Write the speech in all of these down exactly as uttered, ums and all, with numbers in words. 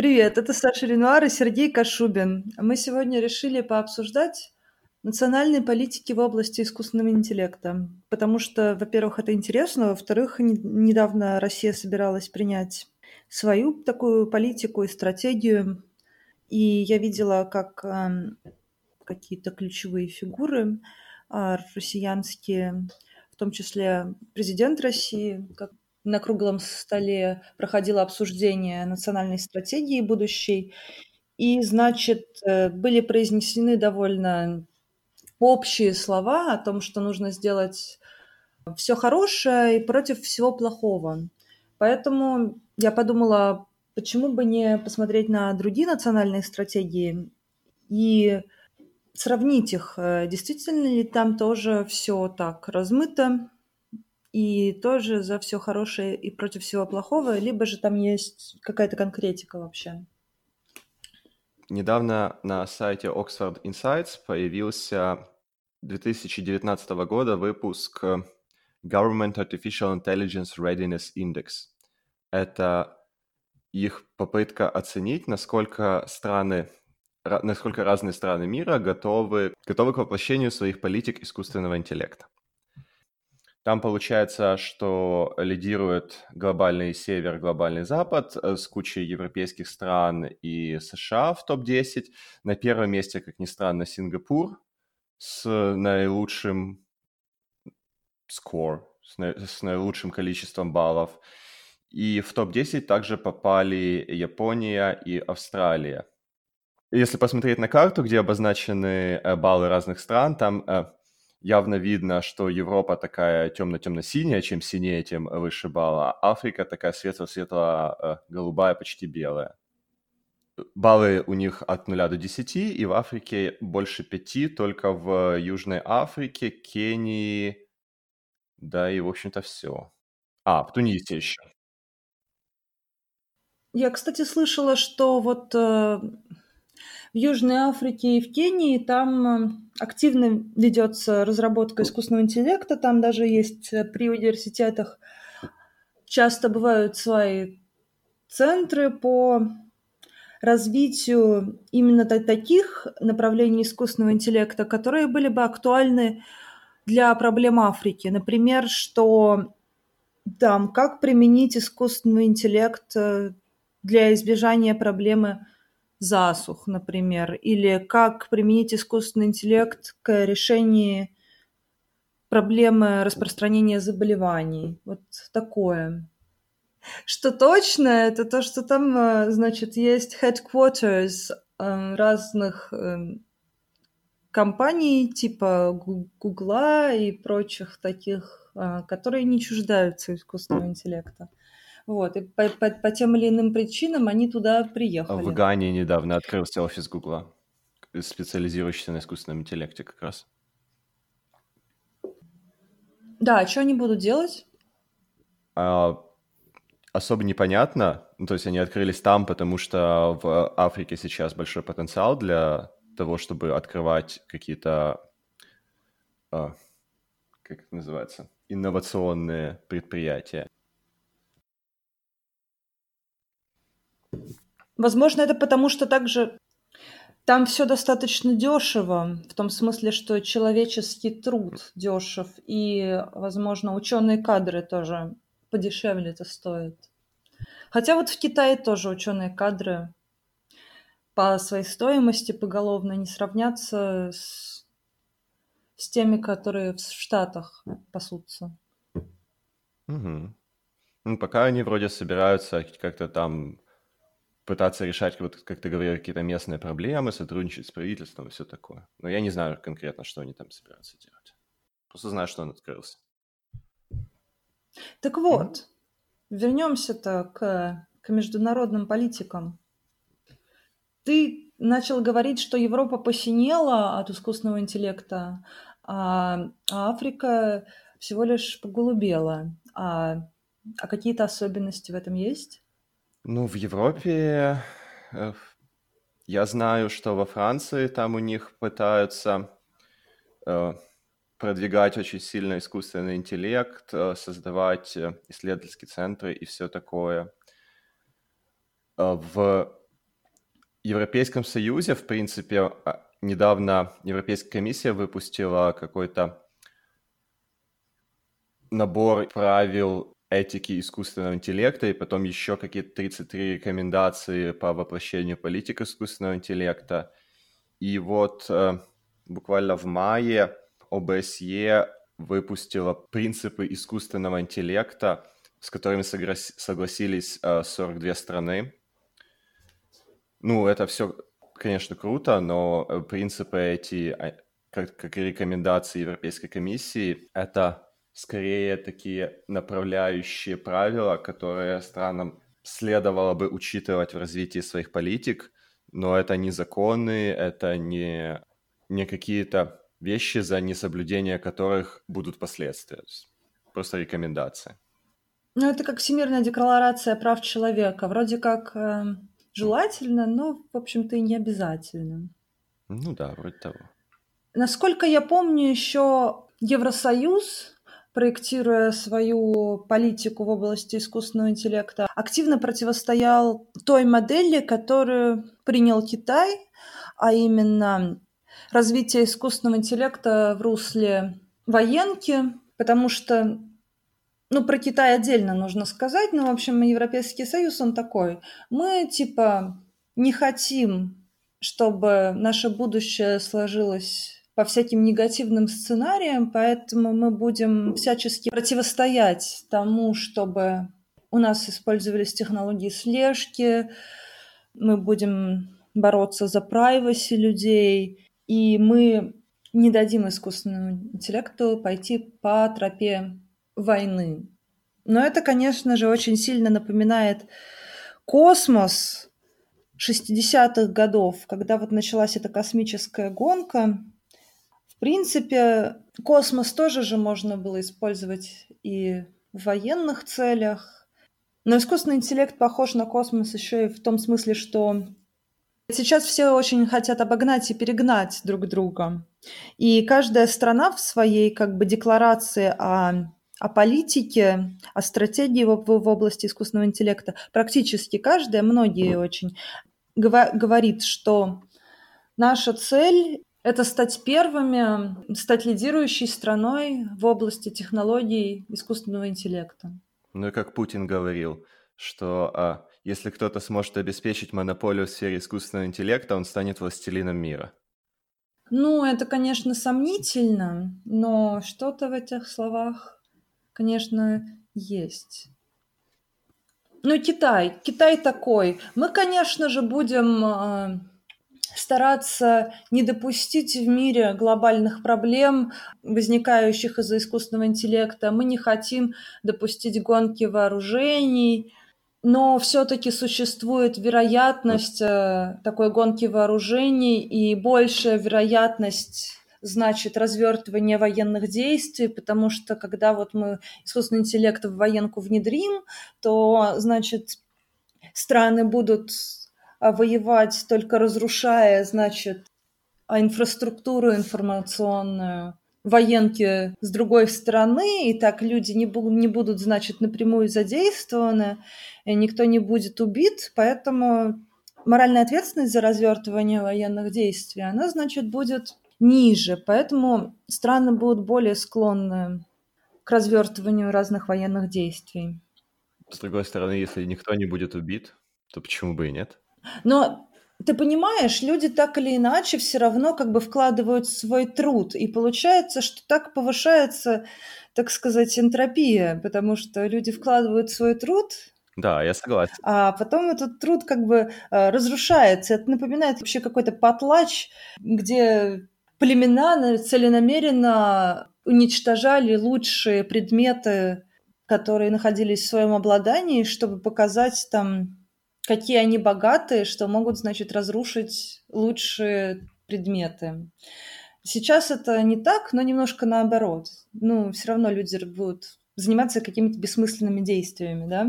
Привет, это Саша Ренуар и Сергей Кашубин. Мы сегодня решили пообсуждать национальные политики в области искусственного интеллекта, потому что, во-первых, это интересно, во-вторых, не- недавно Россия собиралась принять свою такую политику и стратегию, и я видела, как ам, какие-то ключевые фигуры а, россиянские, в том числе президент России, как на круглом столе проходило обсуждение национальной стратегии будущей, и, значит, э, были произнесены довольно общие слова о том, что нужно сделать все хорошее и против всего плохого. Поэтому я подумала, почему бы не посмотреть на другие национальные стратегии и сравнить их. Э, Действительно ли там тоже все так размыто и тоже за все хорошее и против всего плохого, либо же там есть какая-то конкретика вообще? Недавно на сайте Oxford Insights появился две тысячи девятнадцатого года выпуск э, Government Artificial Intelligence Readiness Index. Это их попытка оценить, насколько страны, ра- насколько разные страны мира готовы, готовы к воплощению своих политик искусственного интеллекта. Там получается, что лидирует глобальный север, глобальный запад э, с кучей европейских стран и США в топ десять. На первом месте, как ни странно, Сингапур с наилучшим score, с, на- с наилучшим количеством баллов. И в топ десять также попали Япония и Австралия. Если посмотреть на карту, где обозначены э, баллы разных стран, там э, явно видно, что Европа такая темно-темно-синяя, чем синее, тем выше балла, а Африка такая светло-светло-голубая, почти белая. Баллы у них от нуля до десяти, и в Африке больше пяти, только в Южной Африке, Кении, да и, в общем-то, все. А, в Тунисе еще. Я, кстати, слышала, что вот э, в Южной Африке и в Кении там э, активно ведется разработка искусственного интеллекта, там даже есть э, при университетах часто бывают свои центры по развитию именно та- таких направлений искусственного интеллекта, которые были бы актуальны для проблем Африки. Например, что там, как применить искусственный интеллект э, для избежания проблемы засух, например, или как применить искусственный интеллект к решению проблемы распространения заболеваний. Вот такое. Что точно, это то, что там, э, значит, есть headquarters э, разных э, компаний типа Гу- Гугла и прочих таких, э, которые не чуждаются искусственного интеллекта. Вот, и по, по- по тем или иным причинам они туда В приехали. Гане недавно открылся офис Гугла, специализирующийся на искусственном интеллекте как раз. Да, а что они будут делать? А, особо непонятно. Ну, то есть они открылись там, потому что в Африке сейчас большой потенциал для того, чтобы открывать какие-то, а, как это называется, инновационные предприятия. Возможно, это потому, что также там все достаточно дешево, в том смысле, что человеческий труд дешев, и, возможно, ученые кадры тоже подешевле это стоят. Хотя вот в Китае тоже ученые кадры по своей стоимости поголовно не сравнятся с, с теми, которые в Штатах пасутся. Мгм. Ну, пока они вроде собираются как-то там пытаться решать, вот, как ты говорил, какие-то местные проблемы, сотрудничать с правительством и все такое. Но я не знаю конкретно, что они там собираются делать. Просто знаю, что он открылся. Так Мгм. вот, вернемся-то к, к международным политикам. Ты начал говорить, что Европа посинела от искусственного интеллекта, а а Африка всего лишь поголубела. А, а какие-то особенности в этом есть? Ну, в Европе э, я знаю, что во Франции там у них пытаются э, продвигать очень сильно искусственный интеллект, э, создавать э, исследовательские центры и все такое. Э, В Европейском Союзе, в принципе, недавно Европейская комиссия выпустила какой-то набор правил этики искусственного интеллекта, и потом еще какие-то тридцать три рекомендации по воплощению политик искусственного интеллекта. И вот э, буквально в мае о бэ эс е выпустила принципы искусственного интеллекта, с которыми согра- согласились э, сорок две страны. Ну, это все, конечно, круто, но принципы эти, как, как и рекомендации Европейской комиссии, это скорее такие направляющие правила, которые странам следовало бы учитывать в развитии своих политик, но это не законы, это не, не какие-то вещи, за несоблюдение которых будут последствия. Просто рекомендация. Ну, это как Всемирная декларация прав человека. Вроде как э, желательно, но, в общем-то, и не обязательно. Ну да, вроде того. Насколько я помню, еще Евросоюз, проектируя свою политику в области искусственного интеллекта, активно противостоял той модели, которую принял Китай, а именно развитие искусственного интеллекта в русле военки, потому что, ну, про Китай отдельно нужно сказать, но, в общем, Европейский Союз, он такой. Мы, типа, не хотим, чтобы наше будущее сложилось по всяким негативным сценариям, поэтому мы будем всячески противостоять тому, чтобы у нас использовались технологии слежки, мы будем бороться за privacy людей, и мы не дадим искусственному интеллекту пойти по тропе войны. Но это, конечно же, очень сильно напоминает космос шестидесятых годов, когда вот началась эта космическая гонка. В принципе, космос тоже же можно было использовать и в военных целях. Но искусственный интеллект похож на космос еще и в том смысле, что сейчас все очень хотят обогнать и перегнать друг друга. И каждая страна в своей как бы декларации о, о политике, о стратегии в, в области искусственного интеллекта, практически каждая, многие очень, гова- говорит, что наша цель – это стать первыми, стать лидирующей страной в области технологий искусственного интеллекта. Ну и как Путин говорил, что а, если кто-то сможет обеспечить монополию в сфере искусственного интеллекта, он станет властелином мира. Ну, это, конечно, сомнительно, но что-то в этих словах, конечно, есть. Ну, Китай. Китай такой. Мы, конечно же, будем э, стараться не допустить в мире глобальных проблем, возникающих из-за искусственного интеллекта. Мы не хотим допустить гонки вооружений, но все-таки существует вероятность э, такой гонки вооружений, и большая вероятность значит развертывание военных действий, потому что когда вот мы искусственный интеллект в военку внедрим, то, значит, страны будут воевать только разрушая, значит, инфраструктуру информационную военки с другой стороны, и так люди не, бу- не будут, значит, напрямую задействованы, и никто не будет убит, поэтому моральная ответственность за развертывание военных действий, она, значит, будет ниже, поэтому страны будут более склонны к развертыванию разных военных действий. С другой стороны, если никто не будет убит, то почему бы и нет? Но ты понимаешь, люди так или иначе все равно как бы вкладывают свой труд, и получается, что так повышается, так сказать, энтропия, потому что люди вкладывают свой труд, Да, я согласен. а потом этот труд как бы э, разрушается. Это напоминает вообще какой-то потлач, где племена целенамеренно уничтожали лучшие предметы, которые находились в своем обладании, чтобы показать там, какие они богатые, что могут, значит, разрушить лучшие предметы. Сейчас это не так, но немножко наоборот. Ну, все равно люди будут заниматься какими-то бессмысленными действиями, да?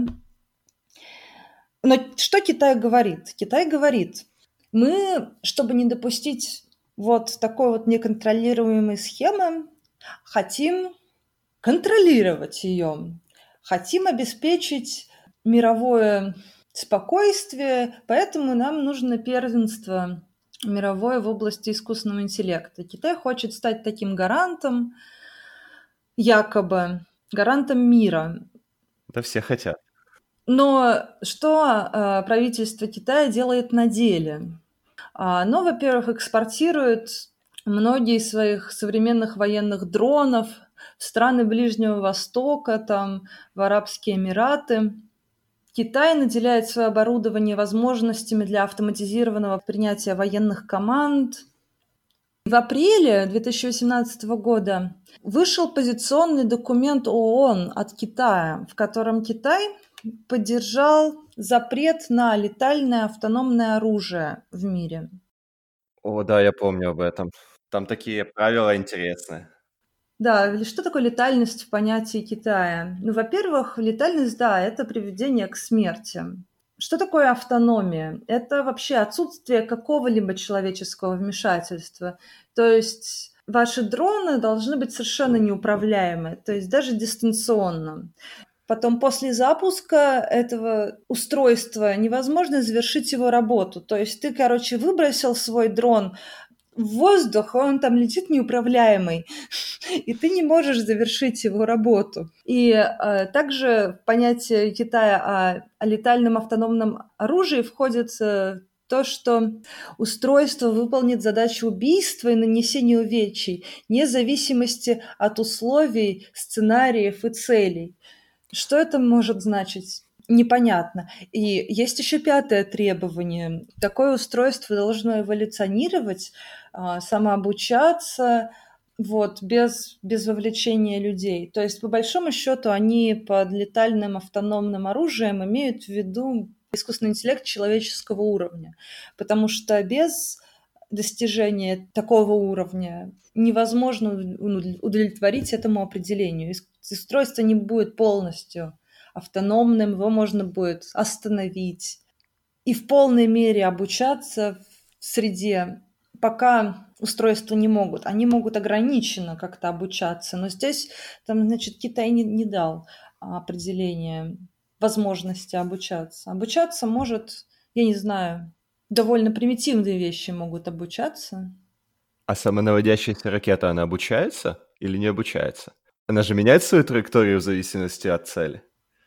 Но что Китай говорит? Китай говорит, мы, чтобы не допустить вот такой вот неконтролируемой схемы, хотим контролировать ее, хотим обеспечить мировое спокойствие, поэтому нам нужно первенство мировое в области искусственного интеллекта. Китай хочет стать таким гарантом, якобы гарантом мира. Да все хотят. Но что э, правительство Китая делает на деле? Оно, во-первых, экспортирует многие из своих современных военных дронов в страны Ближнего Востока, там, в Арабские Эмираты. Китай наделяет свое оборудование возможностями для автоматизированного принятия военных команд. В апреле две тысячи восемнадцатого года вышел позиционный документ ООН от Китая, в котором Китай поддержал запрет на летальное автономное оружие в мире. О, да, я помню об этом. Там такие правила интересные. Да, что такое летальность в понятии Китая? Ну, во-первых, летальность, да, это приведение к смерти. Что такое автономия? Это вообще отсутствие какого-либо человеческого вмешательства. То есть ваши дроны должны быть совершенно неуправляемы, то есть даже дистанционно. Потом после запуска этого устройства невозможно завершить его работу. То есть ты, короче, выбросил свой дрон в воздух, он там летит неуправляемый, и ты не можешь завершить его работу. И э, также в понятие Китая о, о летальном автономном оружии входит э, то, что устройство выполнит задачу убийства и нанесения увечий, вне зависимости от условий, сценариев и целей. Что это может значить? Непонятно. И есть еще пятое требование. Такое устройство должно эволюционировать, самообучаться, вот, без, без вовлечения людей. То есть, по большому счету, они под летальным автономным оружием имеют в виду искусственный интеллект человеческого уровня. Потому что без достижения такого уровня невозможно удовлетворить этому определению. Устройство не будет полностью автономным, его можно будет остановить и в полной мере обучаться в среде, пока устройства не могут. Они могут ограниченно как-то обучаться, но здесь, там, значит, Китай не, не дал определения возможности обучаться. Обучаться может, я не знаю, довольно примитивные вещи могут обучаться. А самонаводящаяся ракета, она обучается или не обучается? Она же меняет свою траекторию в зависимости от цели?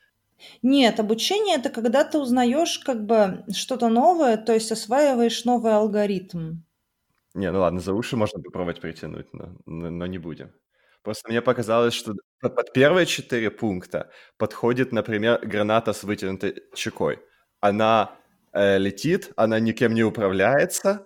Нет, обучение – это когда ты узнаешь как бы что-то новое, то есть осваиваешь новый алгоритм. Не, ну ладно, за уши можно попробовать притянуть, но, но, но не будем. Просто мне показалось, что под под первые четыре пункта подходит, например, граната с вытянутой чекой. Она э, летит, она никем не управляется,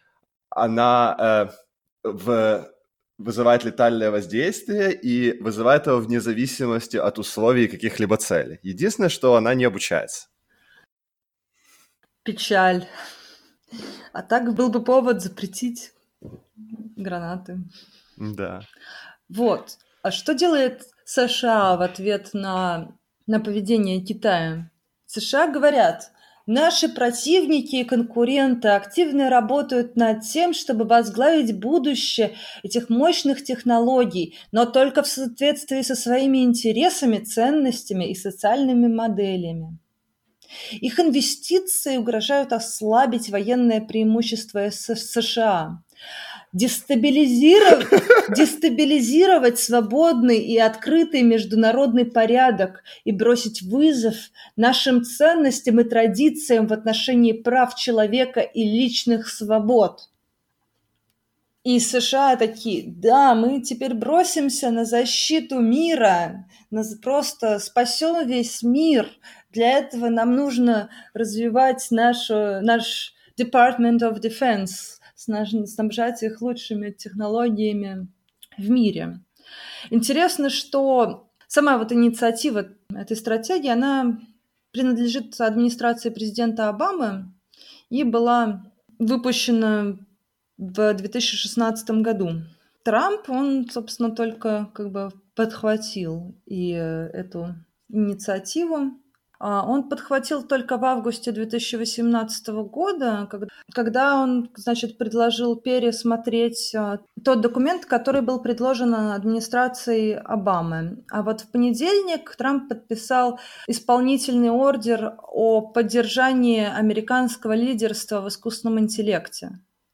она э, в- вызывает летальное воздействие и вызывает его вне зависимости от условий и каких-либо целей. Единственное, что она не обучается. Печаль. А так был бы повод запретить гранаты. Да. Вот. А что делает США в ответ на, на поведение Китая? США говорят, наши противники и конкуренты активно работают над тем, чтобы возглавить будущее этих мощных технологий, но только в соответствии со своими интересами, ценностями и социальными моделями. Их инвестиции угрожают ослабить военное преимущество США, дестабилизировать, дестабилизировать свободный и открытый международный порядок и бросить вызов нашим ценностям и традициям в отношении прав человека и личных свобод. И США такие, да, мы теперь бросимся на защиту мира, на просто спасем весь мир. Для этого нам нужно развивать нашу, наш Department of Defense, снабжать их лучшими технологиями в мире. Интересно, что сама вот инициатива этой стратегии, она принадлежит администрации президента Обамы и была выпущена в две тысячи шестнадцатом году. Трамп, он, собственно, только как бы подхватил и эту инициативу. Он подхватил только в августе две тысячи восемнадцатого года, когда он, значит, предложил пересмотреть тот документ, который был предложен администрацией Обамы. А вот в понедельник Трамп подписал исполнительный ордер о поддержании американского лидерства в искусственном интеллекте.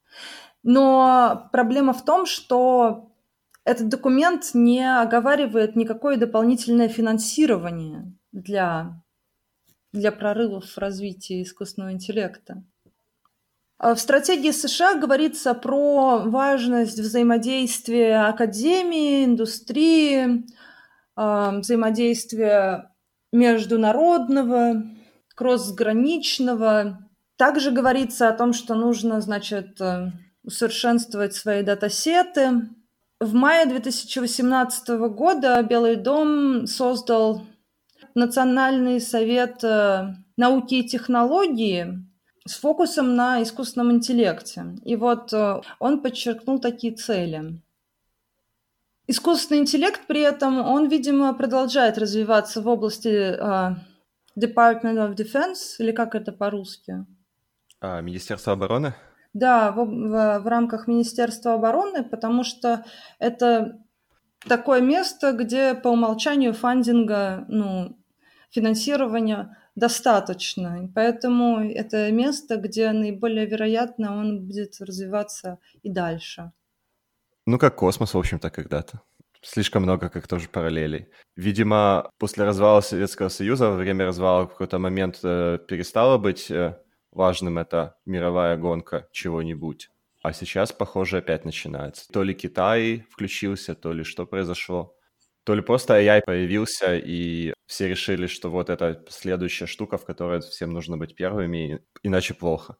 Но проблема в том, что этот документ не оговаривает никакое дополнительное финансирование для для прорывов в развитии искусственного интеллекта. В стратегии США говорится про важность взаимодействия академии, индустрии, взаимодействия международного, кроссграничного. Также говорится о том, что нужно, значит, усовершенствовать свои датасеты. В мае две тысячи восемнадцатого года Белый дом создал Национальный совет науки и технологий с фокусом на искусственном интеллекте. И вот он подчеркнул такие цели. Искусственный интеллект при этом, он, видимо, продолжает развиваться в области uh, Department of Defense, или как это по-русски? А, Министерство обороны? Да, в, в, в рамках Министерства обороны, потому что это такое место, где по умолчанию фандинга, ну, финансирования достаточно. Поэтому это место, где наиболее вероятно он будет развиваться и дальше. Ну, как космос, в общем-то, когда-то. Слишком много как тоже параллелей. Видимо, после развала Советского Союза, во время развала в какой-то момент э, перестало быть э, важным эта мировая гонка чего-нибудь. А сейчас, похоже, опять начинается. То ли Китай включился, то ли что произошло. То ли просто эй ай появился, и все решили, что вот это следующая штука, в которой всем нужно быть первыми, иначе плохо.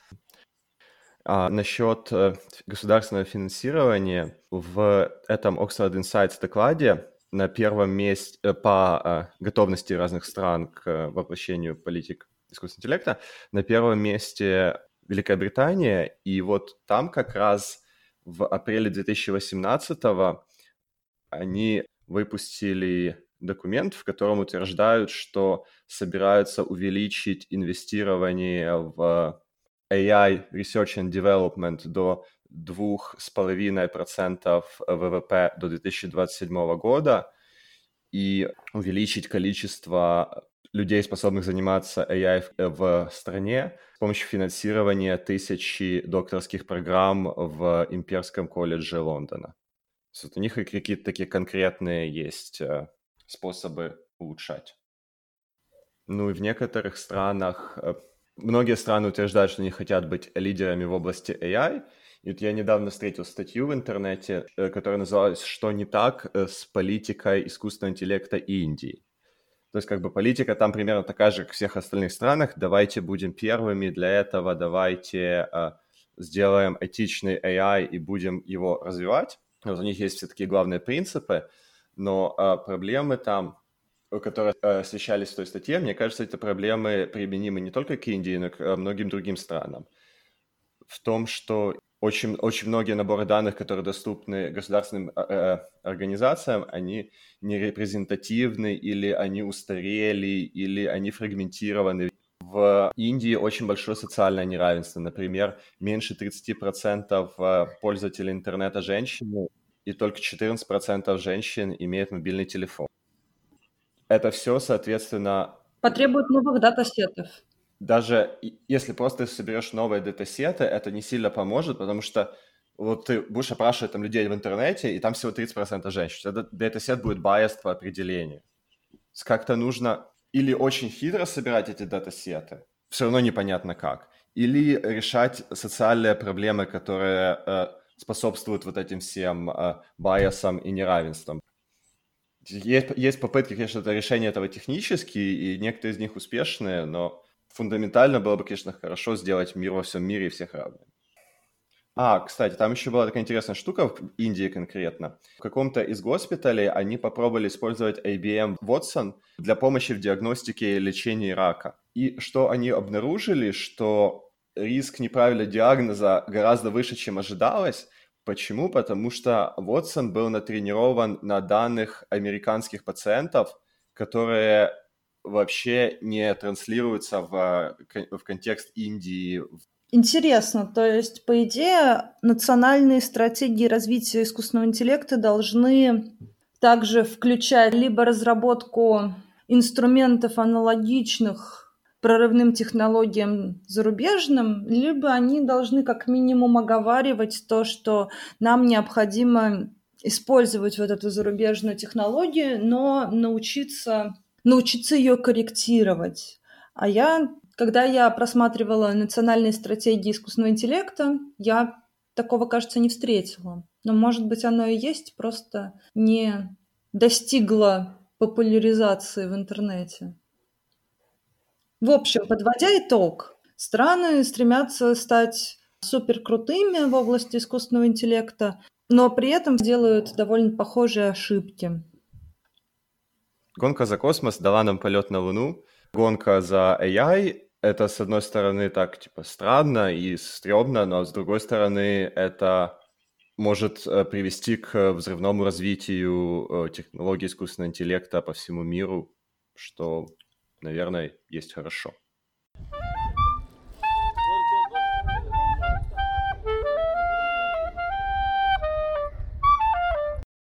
А насчет э, государственного финансирования, в этом Oxford Insights докладе на первом месте э, по э, готовности разных стран к э, воплощению политик искусственного интеллекта, на первом месте Великобритания, и вот там как раз в апреле две тысячи восемнадцатого они выпустили документ, в котором утверждают, что собираются увеличить инвестирование в эй ай Research and Development до два с половиной процента вэ вэ пэ до две тысячи двадцать седьмого года и увеличить количество людей, способных заниматься эй ай в стране с помощью финансирования тысячи докторских программ в Имперском колледже Лондона. Вот у них какие-то такие конкретные есть способы улучшать. Ну и в некоторых странах, многие страны утверждают, что они хотят быть лидерами в области эй ай. И вот я недавно встретил статью в интернете, которая называлась «Что не так с политикой искусственного интеллекта Индии?». То есть как бы политика там примерно такая же, как в всех остальных странах. Давайте будем первыми для этого, давайте сделаем этичный эй ай и будем его развивать. Вот у них есть все такие главные принципы, но а, проблемы там, которые а, освещались в той статье, мне кажется, эти проблемы применимы не только к Индии, но и к многим другим странам. В том, что очень, очень многие наборы данных, которые доступны государственным э, организациям, они не репрезентативны, или они устарели, или они фрагментированы. В Индии очень большое социальное неравенство. Например, меньше тридцать процентов пользователей интернета женщины, и только четырнадцать процентов женщин имеют мобильный телефон. Это все, соответственно... Потребует новых датасетов. Даже если просто соберешь новые датасеты, это не сильно поможет, потому что вот ты будешь опрашивать там людей в интернете, и там всего тридцать процентов женщин. Этот датасет будет biased по определению. Как-то нужно или очень хитро собирать эти датасеты, все равно непонятно как, или решать социальные проблемы, которые э, способствуют вот этим всем э, байасам и неравенствам. Есть, есть попытки, конечно, это решения этого технические, и некоторые из них успешные, но фундаментально было бы, конечно, хорошо сделать мир во всем мире и всех равными. А, кстати, там еще была такая интересная штука в Индии конкретно. В каком-то из госпиталей они попробовали использовать ай би эм Watson для помощи в диагностике и лечении рака. И что они обнаружили, что риск неправильного диагноза гораздо выше, чем ожидалось. Почему? Потому что Watson был натренирован на данных американских пациентов, которые вообще не транслируется в, в контекст Индии. Интересно, то есть, по идее, национальные стратегии развития искусственного интеллекта должны также включать либо разработку инструментов, аналогичных прорывным технологиям зарубежным, либо они должны как минимум оговаривать то, что нам необходимо использовать вот эту зарубежную технологию, но научиться, научиться ее корректировать. А я, когда я просматривала национальные стратегии искусственного интеллекта, я такого, кажется, не встретила. Но, может быть, оно и есть, просто не достигло популяризации в интернете. В общем, подводя итог, страны стремятся стать суперкрутыми в области искусственного интеллекта, но при этом делают довольно похожие ошибки. Гонка за космос дала нам полет на Луну. Гонка за эй ай — это, с одной стороны, так, типа, странно и стрёмно, но, с другой стороны, это может привести к взрывному развитию технологий искусственного интеллекта по всему миру, что, наверное, есть хорошо.